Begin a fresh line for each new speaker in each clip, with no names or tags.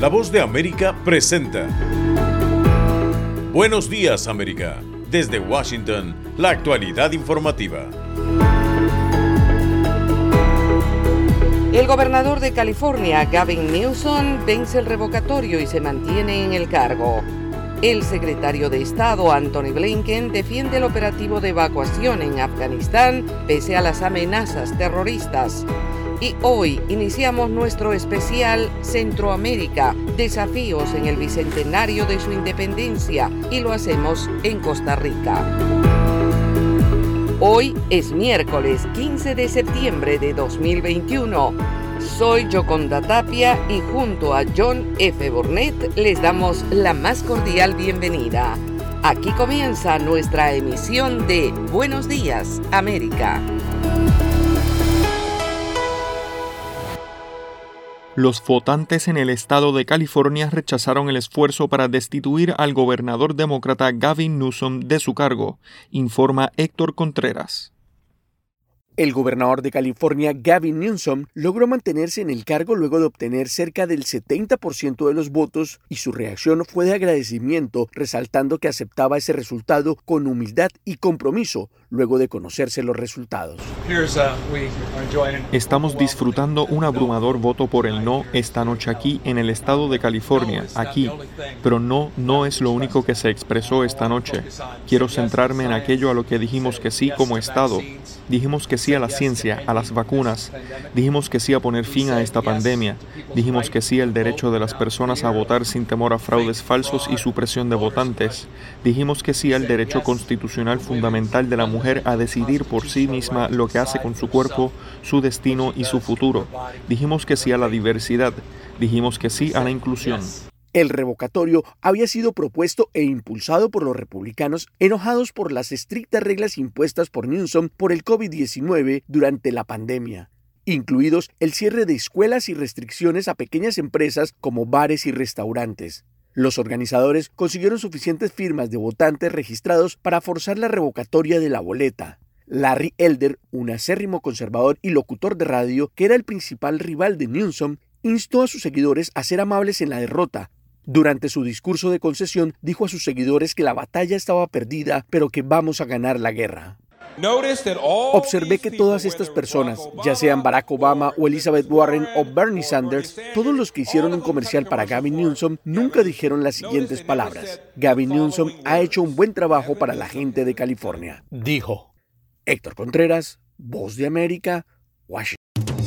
La Voz de América presenta Buenos Días, América. Desde Washington, la actualidad informativa.
El gobernador de California, Gavin Newsom, vence el revocatorio y se mantiene en el cargo. El secretario de Estado, Antony Blinken, defiende el operativo de evacuación en Afganistán pese a las amenazas terroristas. Y hoy iniciamos nuestro especial Centroamérica, desafíos en el bicentenario de su independencia, y lo hacemos en Costa Rica. Hoy es miércoles 15 de septiembre de 2021. Soy Yoconda Tapia y junto a John F. Burnett les damos la más cordial bienvenida. Aquí comienza nuestra emisión de Buenos Días, América.
Los votantes en el estado de California rechazaron el esfuerzo para destituir al gobernador demócrata Gavin Newsom de su cargo, informa Héctor Contreras.
El gobernador de California, Gavin Newsom, logró mantenerse en el cargo luego de obtener cerca del 70% de los votos y su reacción fue de agradecimiento, resaltando que aceptaba ese resultado con humildad y compromiso luego de conocerse los resultados.
Estamos disfrutando un abrumador voto por el no esta noche aquí en el estado de California, aquí, pero no es lo único que se expresó esta noche. Quiero centrarme en aquello a lo que dijimos que sí como estado. Dijimos que sí a la ciencia, a las vacunas. Dijimos que sí a poner fin a esta pandemia. Dijimos que sí al derecho de las personas a votar sin temor a fraudes falsos y supresión de votantes. Dijimos que sí al derecho constitucional fundamental de la mujer a decidir por sí misma lo que hace con su cuerpo, su destino y su futuro. Dijimos que sí a la diversidad. Dijimos que sí a la inclusión.
El revocatorio había sido propuesto e impulsado por los republicanos enojados por las estrictas reglas impuestas por Newsom por el COVID-19 durante la pandemia, incluidos el cierre de escuelas y restricciones a pequeñas empresas como bares y restaurantes. Los organizadores consiguieron suficientes firmas de votantes registrados para forzar la revocatoria de la boleta. Larry Elder, un acérrimo conservador y locutor de radio que era el principal rival de Newsom, instó a sus seguidores a ser amables en la derrota. Durante su discurso de concesión, dijo a sus seguidores que la batalla estaba perdida, pero que vamos a ganar la guerra. Observé que todas estas personas, ya sean Barack Obama o Elizabeth Warren o Bernie Sanders, todos los que hicieron un comercial para Gavin Newsom nunca dijeron las siguientes palabras: Gavin Newsom ha hecho un buen trabajo para la gente de California, dijo. Héctor Contreras, Voz de América, Washington.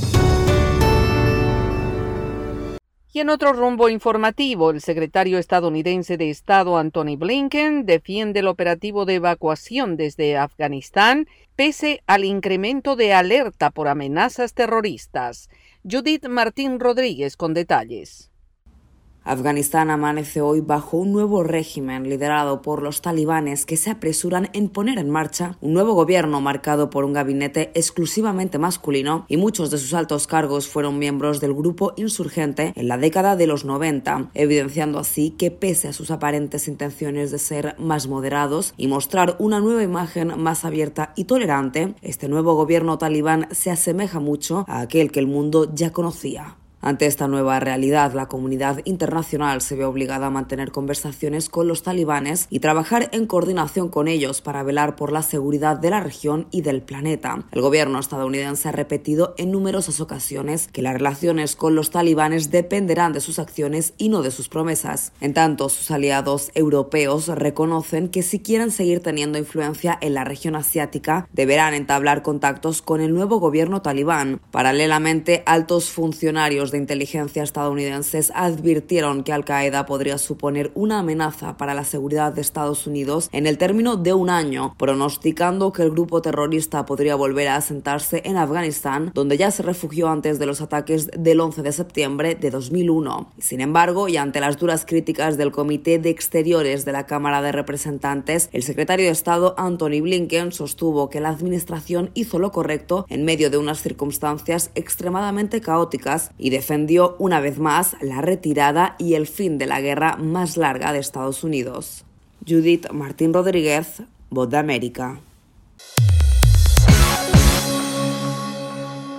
Y en otro rumbo informativo, el secretario estadounidense de Estado, Antony Blinken, defiende el operativo de evacuación desde Afganistán pese al incremento de alerta por amenazas terroristas. Judith Martín Rodríguez con detalles.
Afganistán amanece hoy bajo un nuevo régimen liderado por los talibanes que se apresuran en poner en marcha un nuevo gobierno marcado por un gabinete exclusivamente masculino y muchos de sus altos cargos fueron miembros del grupo insurgente en la década de los 90, evidenciando así que pese a sus aparentes intenciones de ser más moderados y mostrar una nueva imagen más abierta y tolerante, este nuevo gobierno talibán se asemeja mucho a aquel que el mundo ya conocía. Ante esta nueva realidad, la comunidad internacional se ve obligada a mantener conversaciones con los talibanes y trabajar en coordinación con ellos para velar por la seguridad de la región y del planeta. El gobierno estadounidense ha repetido en numerosas ocasiones que las relaciones con los talibanes dependerán de sus acciones y no de sus promesas. En tanto, sus aliados europeos reconocen que si quieren seguir teniendo influencia en la región asiática, deberán entablar contactos con el nuevo gobierno talibán. Paralelamente, altos funcionarios de inteligencia estadounidenses advirtieron que Al-Qaeda podría suponer una amenaza para la seguridad de Estados Unidos en el término de un año, pronosticando que el grupo terrorista podría volver a asentarse en Afganistán, donde ya se refugió antes de los ataques del 11 de septiembre de 2001. Sin embargo, y ante las duras críticas del Comité de Exteriores de la Cámara de Representantes, el secretario de Estado Antony Blinken sostuvo que la administración hizo lo correcto en medio de unas circunstancias extremadamente caóticas y defendió una vez más la retirada y el fin de la guerra más larga de Estados Unidos. Judith Martín Rodríguez, Voz de América.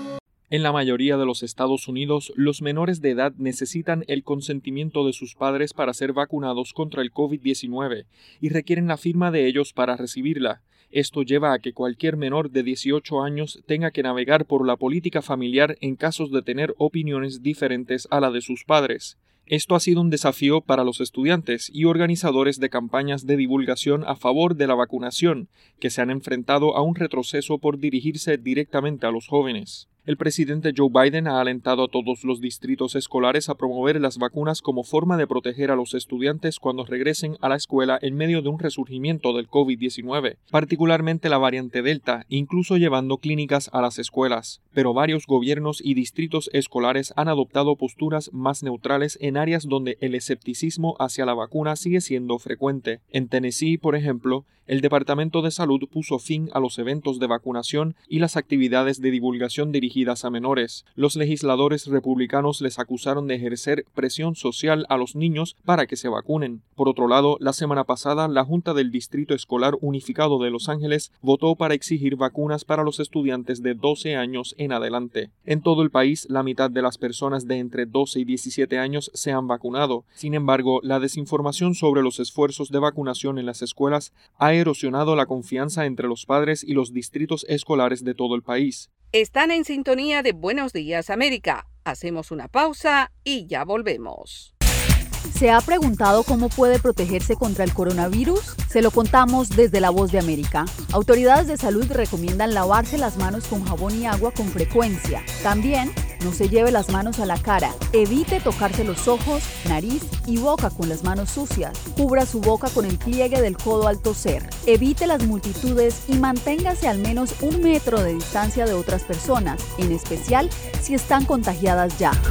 En la mayoría de los Estados Unidos, los menores de edad necesitan el consentimiento de sus padres para ser vacunados contra el COVID-19 y requieren la firma de ellos para recibirla. Esto lleva a que cualquier menor de 18 años tenga que navegar por la política familiar en casos de tener opiniones diferentes a la de sus padres. Esto ha sido un desafío para los estudiantes y organizadores de campañas de divulgación a favor de la vacunación, que se han enfrentado a un retroceso por dirigirse directamente a los jóvenes. El presidente Joe Biden ha alentado a todos los distritos escolares a promover las vacunas como forma de proteger a los estudiantes cuando regresen a la escuela en medio de un resurgimiento del COVID-19, particularmente la variante Delta, incluso llevando clínicas a las escuelas. Pero varios gobiernos y distritos escolares han adoptado posturas más neutrales en áreas donde el escepticismo hacia la vacuna sigue siendo frecuente. En Tennessee, por ejemplo, el Departamento de Salud puso fin a los eventos de vacunación y las actividades de divulgación dirigidas a menores. Los legisladores republicanos les acusaron de ejercer presión social a los niños para que se vacunen. Por otro lado, la semana pasada, la Junta del Distrito Escolar Unificado de Los Ángeles votó para exigir vacunas para los estudiantes de 12 años en adelante. En todo el país, la mitad de las personas de entre 12 y 17 años se han vacunado. Sin embargo, la desinformación sobre los esfuerzos de vacunación en las escuelas ha erosionado la confianza entre los padres y los distritos escolares de todo el país.
Están en sintonía de Buenos Días América. Hacemos una pausa y ya volvemos.
¿Se ha preguntado cómo puede protegerse contra el coronavirus? Se lo contamos desde La Voz de América. Autoridades de salud recomiendan lavarse las manos con jabón y agua con frecuencia. También, no se lleve las manos a la cara. Evite tocarse los ojos, nariz y boca con las manos sucias. Cubra su boca con el pliegue del codo al toser. Evite las multitudes y manténgase al menos 1 metro de distancia de otras personas, en especial si están contagiadas ya.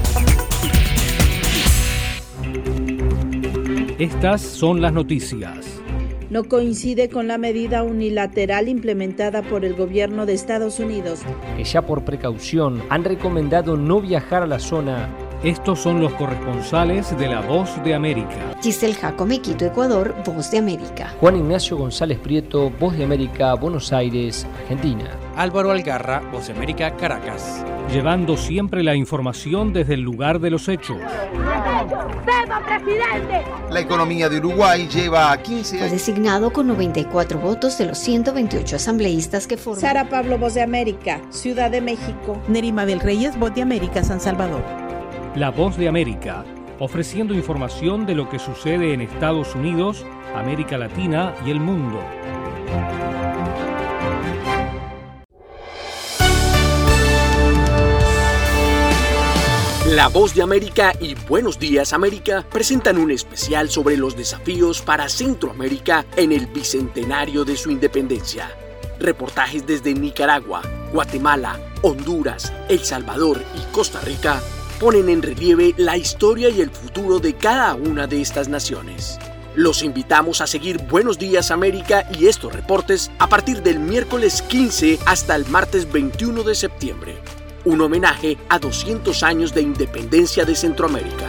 Estas son las noticias.
No coincide con la medida unilateral implementada por el gobierno de Estados Unidos,
que ya por precaución han recomendado no viajar a la zona.
Estos son los corresponsales de La Voz de América.
Giselle Jacome, Quito, Ecuador, Voz de América.
Juan Ignacio González Prieto, Voz de América, Buenos Aires, Argentina.
Álvaro Algarra, Voz de América, Caracas.
Llevando siempre la información desde el lugar de los hechos.
¡Viva, presidente!
La economía de Uruguay lleva a 15 años.
Fue designado con 94 votos de los 128 asambleístas que forman.
Sara Pablo, Voz de América, Ciudad de México.
Nerima Bel Reyes, Voz de América, San Salvador.
La Voz de América, ofreciendo información de lo que sucede en Estados Unidos, América Latina y el mundo.
La Voz de América y Buenos Días América presentan un especial sobre los desafíos para Centroamérica en el bicentenario de su independencia. Reportajes desde Nicaragua, Guatemala, Honduras, El Salvador y Costa Rica ponen en relieve la historia y el futuro de cada una de estas naciones. Los invitamos a seguir Buenos Días América y estos reportes a partir del miércoles 15 hasta el martes 21 de septiembre. Un homenaje a 200 años de independencia de Centroamérica.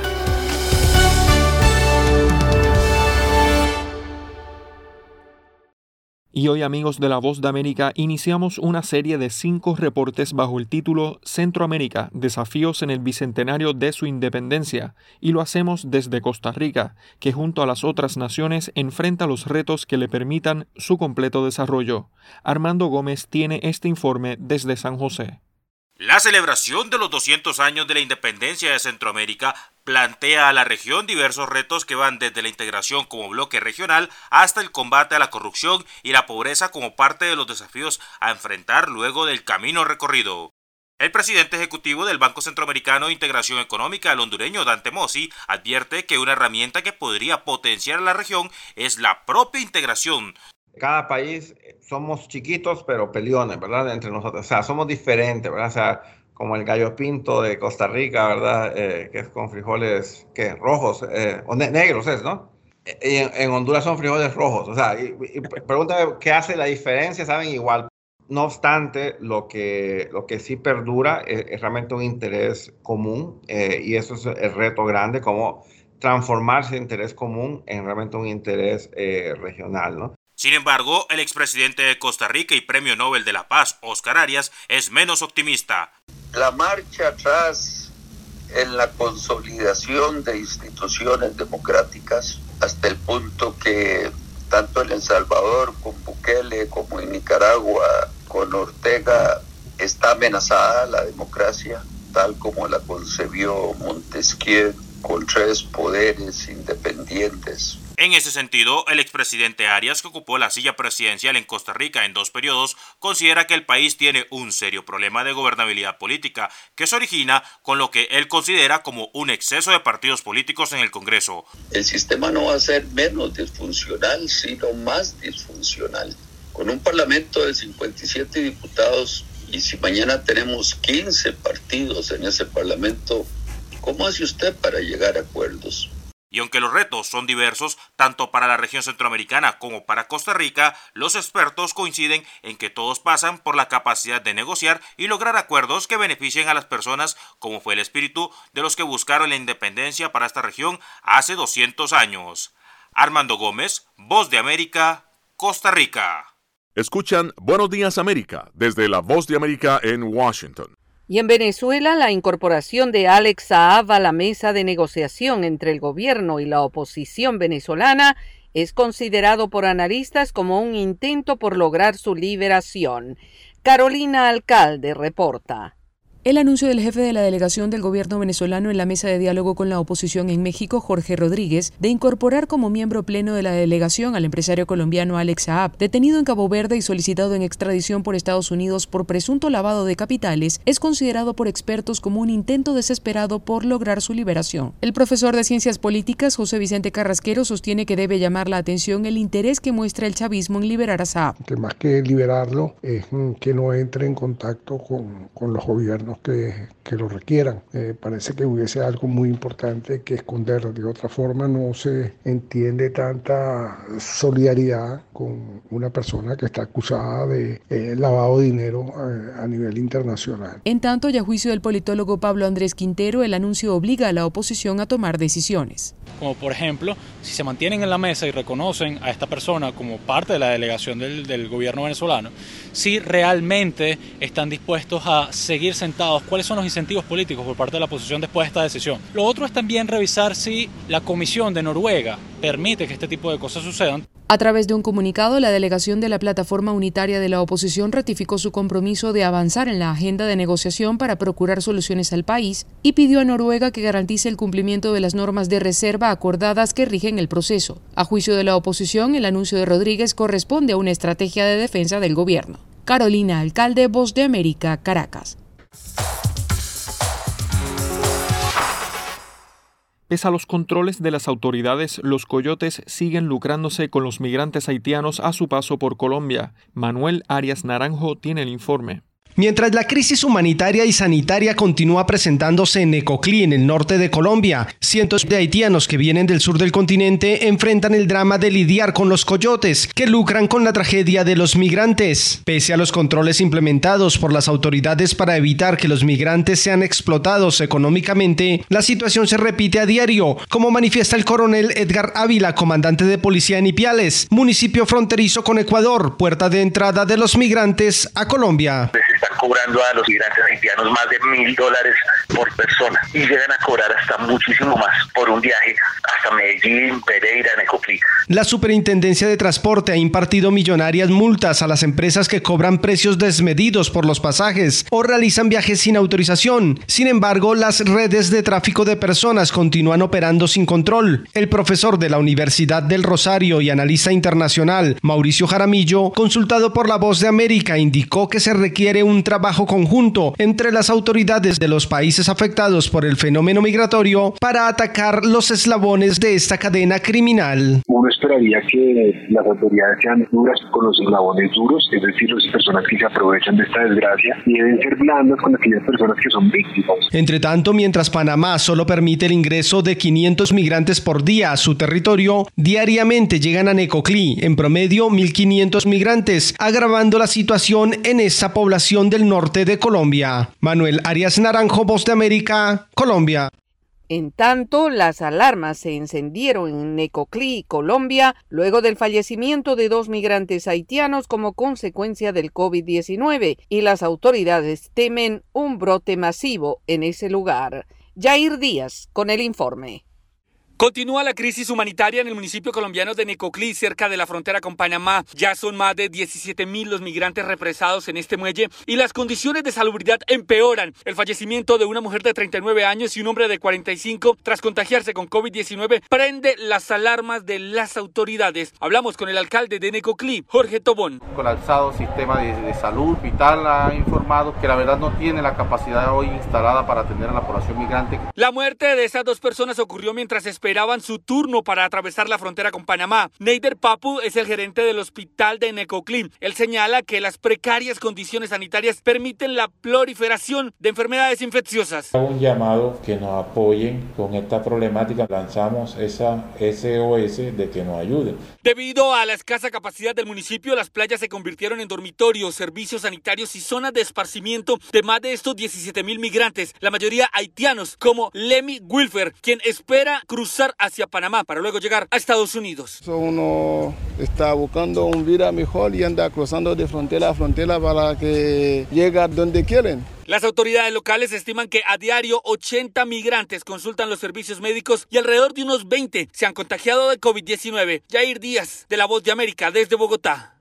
Y hoy, amigos de La Voz de América, iniciamos una serie de 5 reportes bajo el título Centroamérica, desafíos en el bicentenario de su independencia, y lo hacemos desde Costa Rica, que junto a las otras naciones enfrenta los retos que le permitan su completo desarrollo. Armando Gómez tiene este informe desde San José.
La celebración de los 200 años de la independencia de Centroamérica plantea a la región diversos retos que van desde la integración como bloque regional hasta el combate a la corrupción y la pobreza como parte de los desafíos a enfrentar luego del camino recorrido. El presidente ejecutivo del Banco Centroamericano de Integración Económica, el hondureño Dante Mossi, advierte que una herramienta que podría potenciar a la región es la propia integración.
Cada país somos chiquitos pero peleones, ¿verdad? Entre nosotros, o sea, somos diferentes, ¿verdad? O sea, como el gallo pinto de Costa Rica, ¿verdad? Que es con frijoles, ¿qué? Rojos, o negros es, ¿no? Y en Honduras son frijoles rojos, o sea, y pregúntame qué hace la diferencia, saben igual. No obstante, lo que sí perdura es realmente un interés común, y eso es el reto grande, como transformarse de interés común en realmente un interés regional, ¿no?
Sin embargo, el expresidente de Costa Rica y Premio Nobel de la Paz, Óscar Arias, es menos optimista.
La marcha atrás en la consolidación de instituciones democráticas, hasta el punto que tanto en El Salvador con Bukele como en Nicaragua con Ortega está amenazada la democracia, tal como la concebió Montesquieu, con 3 poderes independientes.
En ese sentido, el expresidente Arias, que ocupó la silla presidencial en Costa Rica en 2 periodos, considera que el país tiene un serio problema de gobernabilidad política que se origina con lo que él considera como un exceso de partidos políticos en el Congreso.
El sistema no va a ser menos disfuncional, sino más disfuncional. Con un parlamento de 57 diputados, y si mañana tenemos 15 partidos en ese parlamento, ¿cómo hace usted para llegar a acuerdos?
Y aunque los retos son diversos, tanto para la región centroamericana como para Costa Rica, los expertos coinciden en que todos pasan por la capacidad de negociar y lograr acuerdos que beneficien a las personas, como fue el espíritu de los que buscaron la independencia para esta región hace 200 años. Armando Gómez, Voz de América, Costa Rica.
Escuchan Buenos Días América, desde la Voz de América en Washington.
Y en Venezuela, la incorporación de Alex Saab a la mesa de negociación entre el gobierno y la oposición venezolana es considerado por analistas como un intento por lograr su liberación. Carolina Alcalde reporta.
El anuncio del jefe de la delegación del gobierno venezolano en la mesa de diálogo con la oposición en México, Jorge Rodríguez, de incorporar como miembro pleno de la delegación al empresario colombiano Alex Saab, detenido en Cabo Verde y solicitado en extradición por Estados Unidos por presunto lavado de capitales, es considerado por expertos como un intento desesperado por lograr su liberación. El profesor de Ciencias Políticas, José Vicente Carrasquero, sostiene que debe llamar la atención el interés que muestra el chavismo en liberar a Saab.
Que más que liberarlo es que no entre en contacto con los gobiernos que lo requieran. Parece que hubiese algo muy importante que esconder. De otra forma no se entiende tanta solidaridad con una persona que está acusada de lavado de dinero a nivel internacional.
En tanto, y a juicio del politólogo Pablo Andrés Quintero, el anuncio obliga a la oposición a tomar decisiones.
Como por ejemplo, si se mantienen en la mesa y reconocen a esta persona como parte de la delegación del gobierno venezolano, si realmente están dispuestos a seguir sentados, cuáles son los incentivos políticos por parte de la oposición después de esta decisión. Lo otro es también revisar si la Comisión de Noruega permite que este tipo de cosas sucedan.
A través de un comunicado, la delegación de la Plataforma Unitaria de la Oposición ratificó su compromiso de avanzar en la agenda de negociación para procurar soluciones al país y pidió a Noruega que garantice el cumplimiento de las normas de reserva acordadas que rigen el proceso. A juicio de la oposición, el anuncio de Rodríguez corresponde a una estrategia de defensa del gobierno. Carolina Alcalde, Voz de América, Caracas.
Pese a los controles de las autoridades, los coyotes siguen lucrándose con los migrantes haitianos a su paso por Colombia. Manuel Arias Naranjo tiene el informe.
Mientras la crisis humanitaria y sanitaria continúa presentándose en Necoclí, en el norte de Colombia, cientos de haitianos que vienen del sur del continente enfrentan el drama de lidiar con los coyotes, que lucran con la tragedia de los migrantes. Pese a los controles implementados por las autoridades para evitar que los migrantes sean explotados económicamente, la situación se repite a diario, como manifiesta el coronel Edgar Ávila, comandante de policía en Ipiales, municipio fronterizo con Ecuador, puerta de entrada de los migrantes a Colombia.
Están cobrando a los migrantes haitianos más de $1,000 por persona y llegan a cobrar hasta muchísimo más por un viaje hasta Medellín, Pereira, Necoclí.
La Superintendencia de Transporte ha impartido millonarias multas a las empresas que cobran precios desmedidos por los pasajes o realizan viajes sin autorización. Sin embargo, las redes de tráfico de personas continúan operando sin control. El profesor de la Universidad del Rosario y analista internacional, Mauricio Jaramillo, consultado por La Voz de América, indicó que se requiere un trabajo conjunto entre las autoridades de los países afectados por el fenómeno migratorio para atacar los eslabones de esta cadena criminal.
Uno esperaría que las autoridades sean duras con los eslabones duros, es decir, las personas que se aprovechan de esta desgracia, y deben ser blandas con aquellas personas que son víctimas.
Entre tanto, mientras Panamá solo permite el ingreso de 500 migrantes por día a su territorio, diariamente llegan a Necoclí, en promedio 1.500 migrantes, agravando la situación en esa población del norte de Colombia. Manuel Arias Naranjo, Voz de América, Colombia.
En tanto, las alarmas se encendieron en Necoclí, Colombia, luego del fallecimiento de 2 migrantes haitianos como consecuencia del COVID-19, y las autoridades temen un brote masivo en ese lugar. Yair Díaz con el informe.
Continúa la crisis humanitaria en el municipio colombiano de Necoclí, cerca de la frontera con Panamá. Ya son más de 17.000 los migrantes represados en este muelle y las condiciones de salubridad empeoran. El fallecimiento de una mujer de 39 años y un hombre de 45 tras contagiarse con COVID-19 prende las alarmas de las autoridades. Hablamos con el alcalde de Necoclí, Jorge Tobón.
Colapsado sistema de salud. Vital ha informado que la verdad no tiene la capacidad hoy instalada para atender a la población migrante.
La muerte de esas 2 personas ocurrió mientras esperaban su turno para atravesar la frontera con Panamá. Neider Papu es el gerente del hospital de Necoclí. Él señala que las precarias condiciones sanitarias permiten la proliferación de enfermedades infecciosas.
Un llamado que nos apoyen con esta problemática. Lanzamos esa SOS de que nos ayuden.
Debido a la escasa capacidad del municipio, las playas se convirtieron en dormitorios, servicios sanitarios y zonas de esparcimiento de más de estos 17.000 migrantes, la mayoría haitianos, como Lemmy Wilfer, quien espera cruzar hacia Panamá para luego llegar a Estados Unidos.
Uno está buscando un vida mejor y anda cruzando de frontera a frontera para que llegue a donde quieren.
Las autoridades locales estiman que a diario 80 migrantes consultan los servicios médicos y alrededor de unos 20 se han contagiado de COVID-19. Yair Díaz, de La Voz de América, desde Bogotá.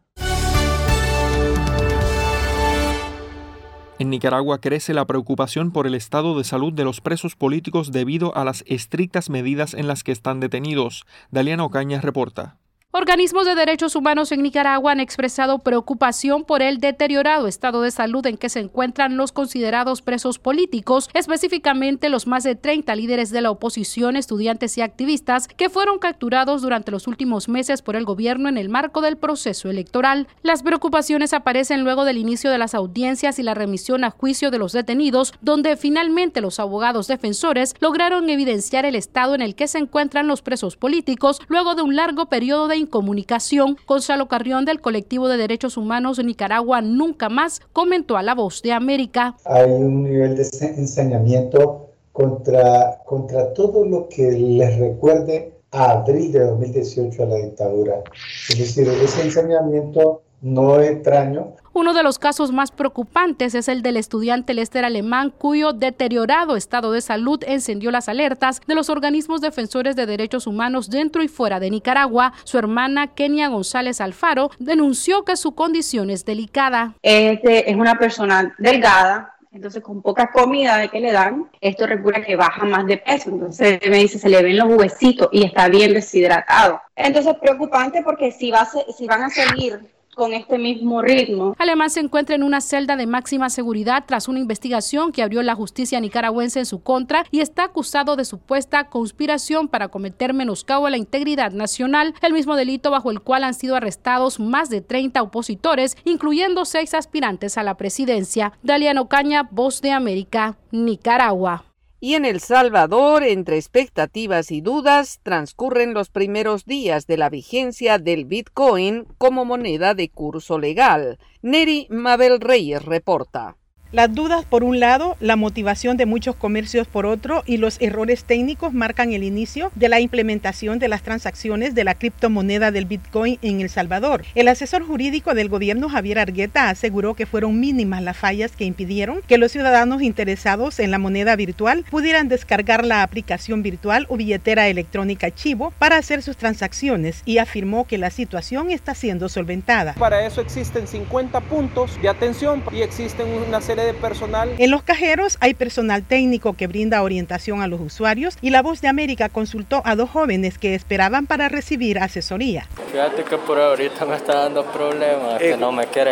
En Nicaragua crece la preocupación por el estado de salud de los presos políticos debido a las estrictas medidas en las que están detenidos. Daliana Ocaña reporta.
Organismos de derechos humanos en Nicaragua han expresado preocupación por el deteriorado estado de salud en que se encuentran los considerados presos políticos, específicamente los más de 30 líderes de la oposición, estudiantes y activistas que fueron capturados durante los últimos meses por el gobierno en el marco del proceso electoral. Las preocupaciones aparecen luego del inicio de las audiencias y la remisión a juicio de los detenidos, donde finalmente los abogados defensores lograron evidenciar el estado en el que se encuentran los presos políticos luego de un largo periodo de incomunicación. Gonzalo Carrión, del colectivo de derechos humanos de Nicaragua Nunca Más, comentó a La Voz de América.
Hay un nivel de ensañamiento contra todo lo que les recuerde a abril de 2018 a la dictadura. Es decir, ese ensañamiento no es extraño.
Uno de los casos más preocupantes es el del estudiante Lester Alemán, cuyo deteriorado estado de salud encendió las alertas de los organismos defensores de derechos humanos dentro y fuera de Nicaragua. Su hermana, Kenia González Alfaro, denunció que su condición es delicada.
Es una persona delgada, entonces con poca comida de que le dan, esto recuerda que baja más de peso. Entonces me dice, se le ven los huesitos y está bien deshidratado. Entonces preocupante porque si van a seguir con este mismo ritmo.
Alemán se encuentra en una celda de máxima seguridad tras una investigación que abrió la justicia nicaragüense en su contra y está acusado de supuesta conspiración para cometer menoscabo a la integridad nacional, el mismo delito bajo el cual han sido arrestados más de 30 opositores, incluyendo 6 aspirantes a la presidencia. Daliana Ocaña, Voz de América, Nicaragua.
Y en El Salvador, entre expectativas y dudas, transcurren los primeros días de la vigencia del Bitcoin como moneda de curso legal. Neri Mabel Reyes reporta.
Las dudas por un lado, la motivación de muchos comercios por otro y los errores técnicos marcan el inicio de la implementación de las transacciones de la criptomoneda del Bitcoin en El Salvador. El asesor jurídico del gobierno, Javier Argueta, aseguró que fueron mínimas las fallas que impidieron que los ciudadanos interesados en la moneda virtual pudieran descargar la aplicación virtual o billetera electrónica Chivo para hacer sus transacciones y afirmó que la situación está siendo solventada.
Para eso existen 50 puntos de atención y existen una serie de personal.
En los cajeros hay personal técnico que brinda orientación a los usuarios y La Voz de América consultó a 2 jóvenes que esperaban para recibir asesoría.
Fíjate que por ahorita me está dando problemas, que no me quiere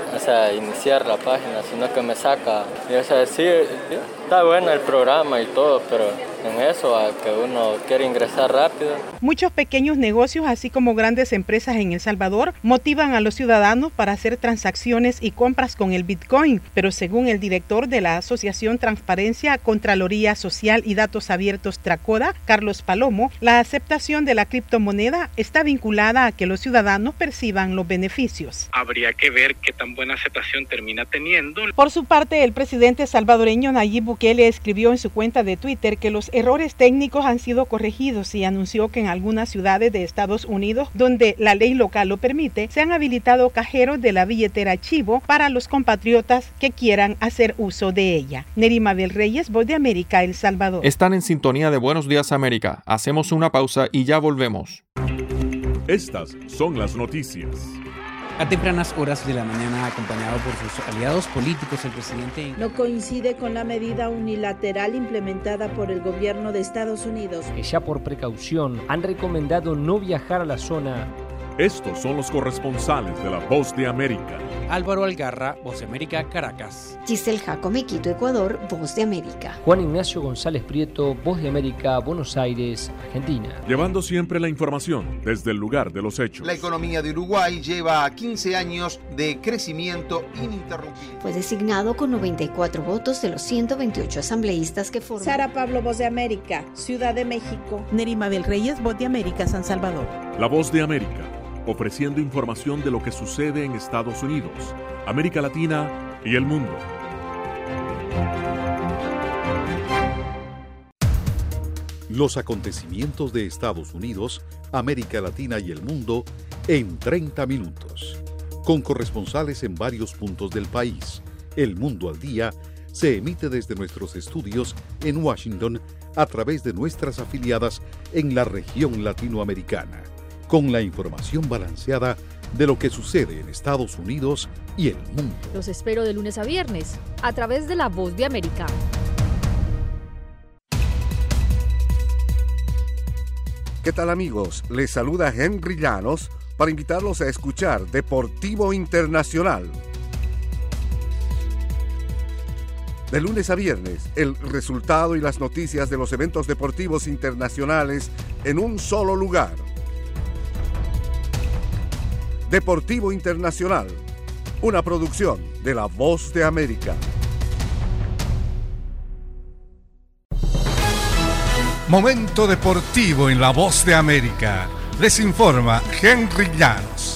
iniciar la página, sino que me saca. Y sí, está bueno el programa y todo, pero en eso, a que uno quiere ingresar rápido.
Muchos pequeños negocios, así como grandes empresas en El Salvador, motivan a los ciudadanos para hacer transacciones y compras con el Bitcoin, pero según el director de la Asociación Transparencia, Contraloría Social y Datos Abiertos Tracoda, Carlos Palomo, la aceptación de la criptomoneda está vinculada a que los ciudadanos perciban los beneficios.
Habría que ver qué tan buena aceptación termina teniendo.
Por su parte, el presidente salvadoreño Nayib Bukele Bukele escribió en su cuenta de Twitter que los errores técnicos han sido corregidos y anunció que en algunas ciudades de Estados Unidos, donde la ley local lo permite, se han habilitado cajeros de la billetera Chivo para los compatriotas que quieran hacer uso de ella. Nerima del Reyes, Voz de América, El Salvador.
Están en sintonía de Buenos Días América. Hacemos una pausa y ya volvemos.
Estas son las noticias.
A tempranas horas de la mañana, acompañado por sus aliados políticos, el presidente
no coincide con la medida unilateral implementada por el gobierno de Estados Unidos,
que ya por precaución han recomendado no viajar a la zona.
Estos son los corresponsales de La Voz de América.
Álvaro Algarra, Voz de América, Caracas.
Giselle Jacome, Quito, Ecuador, Voz de América.
Juan Ignacio González Prieto, Voz de América, Buenos Aires, Argentina.
Llevando siempre la información desde el lugar de los hechos.
La economía de Uruguay lleva 15 años de crecimiento ininterrumpido.
Fue designado con 94 votos de los 128 asambleístas que forman.
Sara Pablo, Voz de América, Ciudad de México.
Nerima del Reyes, Voz de América, San Salvador.
La Voz de América, ofreciendo información de lo que sucede en Estados Unidos, América Latina y el mundo.
Los acontecimientos de Estados Unidos, América Latina y el mundo en 30 minutos. Con corresponsales en varios puntos del país. El Mundo al Día se emite desde nuestros estudios en Washington a través de nuestras afiliadas en la región latinoamericana, con la información balanceada de lo que sucede en Estados Unidos y el mundo.
Los espero de lunes a viernes, a través de La Voz de América.
¿Qué tal, amigos? Les saluda Henry Llanos para invitarlos a escuchar Deportivo Internacional. De lunes a viernes, el resultado y las noticias de los eventos deportivos internacionales en un solo lugar. Deportivo Internacional, una producción de La Voz de América.
Momento deportivo en La Voz de América. Les informa Henry Llanos.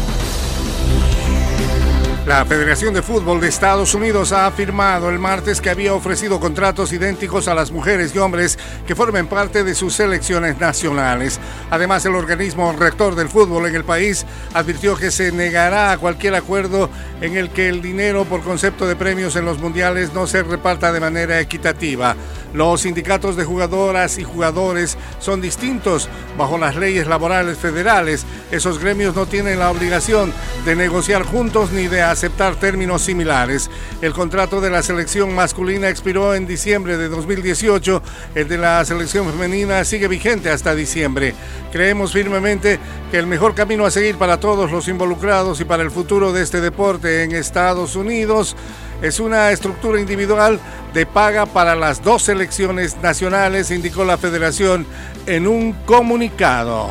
La Federación de Fútbol de Estados Unidos ha afirmado el martes que había ofrecido contratos idénticos a las mujeres y hombres que formen parte de sus selecciones nacionales. Además, el organismo rector del fútbol en el país advirtió que se negará a cualquier acuerdo en el que el dinero por concepto de premios en los mundiales no se reparta de manera equitativa. Los sindicatos de jugadoras y jugadores son distintos bajo las leyes laborales federales. Esos gremios no tienen la obligación de negociar juntos ni de aceptar términos similares. El contrato de la selección masculina expiró en diciembre de 2018. El de la selección femenina sigue vigente hasta diciembre. Creemos firmemente que el mejor camino a seguir para todos los involucrados y para el futuro de este deporte en Estados Unidos es una estructura individual de paga para las dos selecciones nacionales, indicó la federación en un comunicado.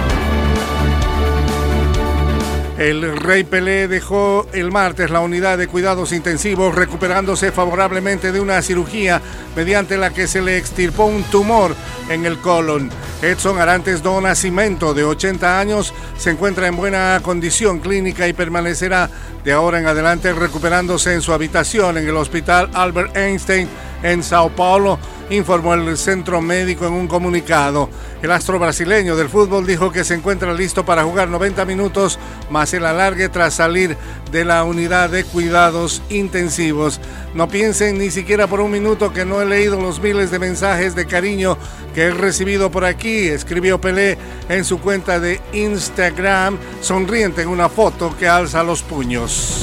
El Rey Pelé dejó el martes la unidad de cuidados intensivos recuperándose favorablemente de una cirugía mediante la que se le extirpó un tumor en el colon. Edson Arantes do Nascimento, de 80 años, se encuentra en buena condición clínica y permanecerá de ahora en adelante recuperándose en su habitación en el Hospital Albert Einstein en Sao Paulo, informó el centro médico en un comunicado. El astro brasileño del fútbol dijo que se encuentra listo para jugar 90 minutos más el alargue tras salir de la unidad de cuidados intensivos. No piensen ni siquiera por un minuto que no he leído los miles de mensajes de cariño que he recibido por aquí, escribió Pelé en su cuenta de Instagram, sonriente en una foto que alza los puños.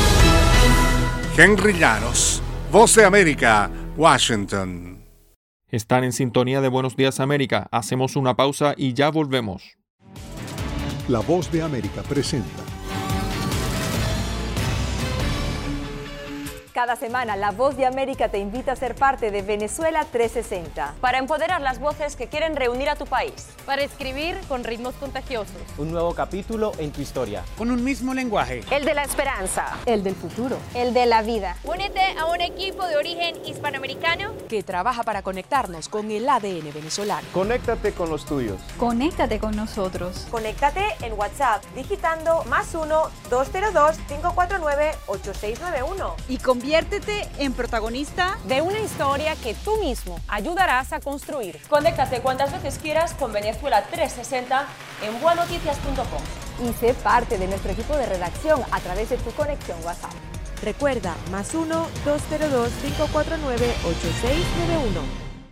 Henry Llanos, Voz de América, Washington.
Están en sintonía de Buenos Días América. Hacemos una pausa y ya volvemos.
La Voz de América presenta.
Cada semana, La Voz de América te invita a ser parte de Venezuela 360.
Para empoderar las voces que quieren reunir a tu país.
Para escribir con ritmos contagiosos.
Un nuevo capítulo en tu historia.
Con un mismo lenguaje.
El de la esperanza.
El del futuro.
El de la vida.
Únete a un equipo de origen hispanoamericano
que trabaja para conectarnos con el ADN venezolano.
Conéctate con los tuyos.
Conéctate con nosotros. Conéctate en WhatsApp digitando +1 202 549 8691.
Y convierte
Conviértete en protagonista
de una historia que tú mismo ayudarás a construir. Conéctate cuantas veces quieras con Venezuela 360 en buenoticias.com y sé parte de nuestro equipo de redacción a través de tu conexión WhatsApp. Recuerda, +1-202-549-8691.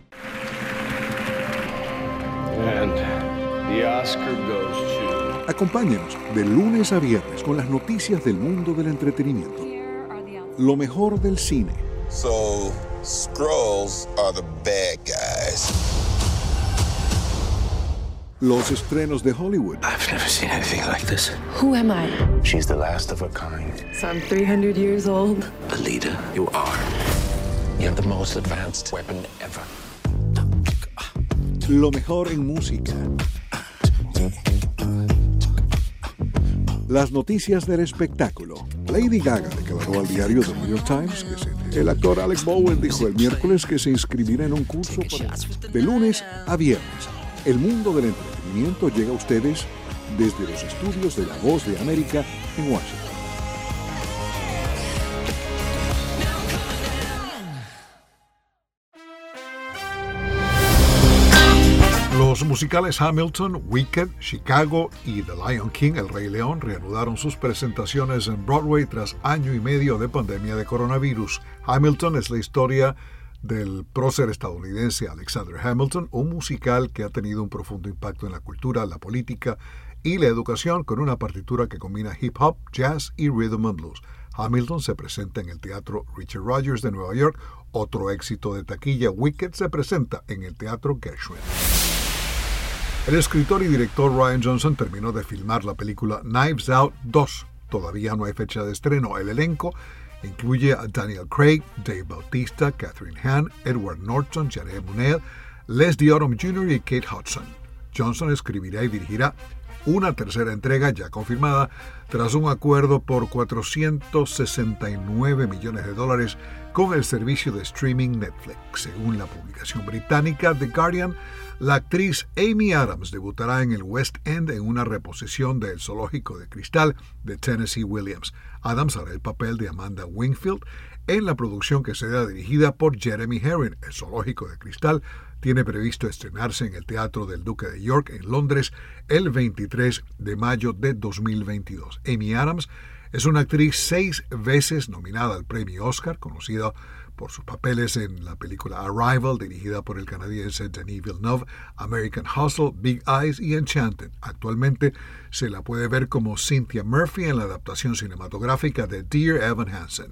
And the Oscar goes to...
Acompáñenos de lunes a viernes con las noticias del mundo del entretenimiento. Lo mejor del cine.
So, Skrulls are the bad guys.
Los estrenos de Hollywood.
I've never seen anything like this.
Who am I?
She's the last of her kind.
So I'm 300 years old.
Alita, you are. You have the most advanced weapon ever.
Lo mejor en música. Las noticias del espectáculo. Lady Gaga declaró al diario The New York Times que el actor Alec Baldwin dijo el miércoles que se inscribirá en un curso de lunes a viernes. El mundo del entretenimiento llega a ustedes desde los estudios de La Voz de América en Washington.
Los musicales Hamilton, Wicked, Chicago y The Lion King, El Rey León, reanudaron sus presentaciones en Broadway tras año y medio de pandemia de coronavirus. Hamilton es la historia del prócer estadounidense Alexander Hamilton, un musical que ha tenido un profundo impacto en la cultura, la política y la educación, con una partitura que combina hip hop, jazz y rhythm and blues. Hamilton se presenta en el Teatro Richard Rodgers de Nueva York. Otro éxito de taquilla, Wicked, se presenta en el Teatro Gershwin. El escritor y director Rian Johnson terminó de filmar la película Knives Out 2. Todavía no hay fecha de estreno. El elenco incluye a Daniel Craig, Dave Bautista, Catherine Hahn, Edward Norton, Janelle Monáe, Leslie Odom Jr. y Kate Hudson. Johnson escribirá y dirigirá una tercera entrega ya confirmada tras un acuerdo por $469 millones con el servicio de streaming Netflix. Según la publicación británica The Guardian, la actriz Amy Adams debutará en el West End en una reposición de El Zoológico de Cristal de Tennessee Williams. Adams hará el papel de Amanda Wingfield en la producción que será dirigida por Jeremy Herrin. El Zoológico de Cristal tiene previsto estrenarse en el Teatro del Duque de York en Londres el 23 de mayo de 2022. Amy Adams es una actriz 6 veces nominada al premio Oscar, conocida por sus papeles en la película Arrival, dirigida por el canadiense Denis Villeneuve, American Hustle, Big Eyes y Enchanted. Actualmente se la puede ver como Cynthia Murphy en la adaptación cinematográfica de Dear Evan Hansen.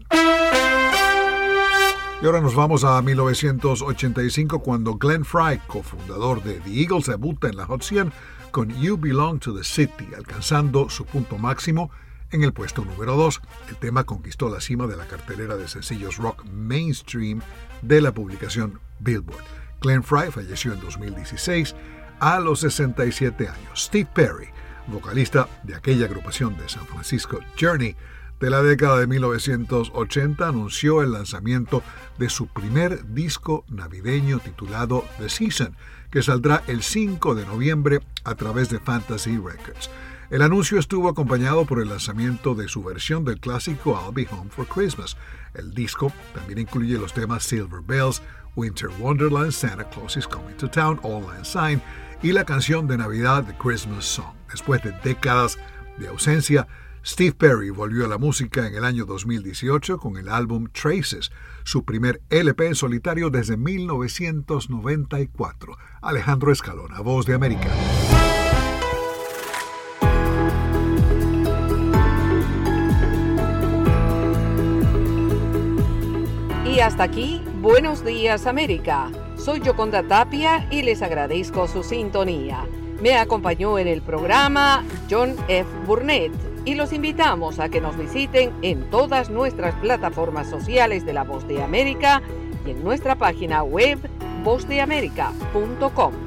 Y ahora nos vamos a 1985, cuando Glenn Frey, cofundador de The Eagles, debuta en la Hot 100 con You Belong to the City, alcanzando su punto máximo en el puesto número 2. El tema conquistó la cima de la cartelera de sencillos rock mainstream de la publicación Billboard. Glenn Frey falleció en 2016 a los 67 años. Steve Perry, vocalista de aquella agrupación de San Francisco Journey de la década de 1980, anunció el lanzamiento de su primer disco navideño titulado The Season, que saldrá el 5 de noviembre a través de Fantasy Records. El anuncio estuvo acompañado por el lanzamiento de su versión del clásico I'll Be Home for Christmas. El disco también incluye los temas Silver Bells, Winter Wonderland, Santa Claus is Coming to Town, Auld Lang Syne y la canción de Navidad The Christmas Song. Después de décadas de ausencia, Steve Perry volvió a la música en el año 2018 con el álbum Traces, su primer LP en solitario desde 1994. Alejandro Escalona, Voz de América.
Y hasta aquí, Buenos Días América. Soy Yoconda Tapia y les agradezco su sintonía. Me acompañó en el programa John F. Burnett y los invitamos a que nos visiten en todas nuestras plataformas sociales de La Voz de América y en nuestra página web vozdeamerica.com.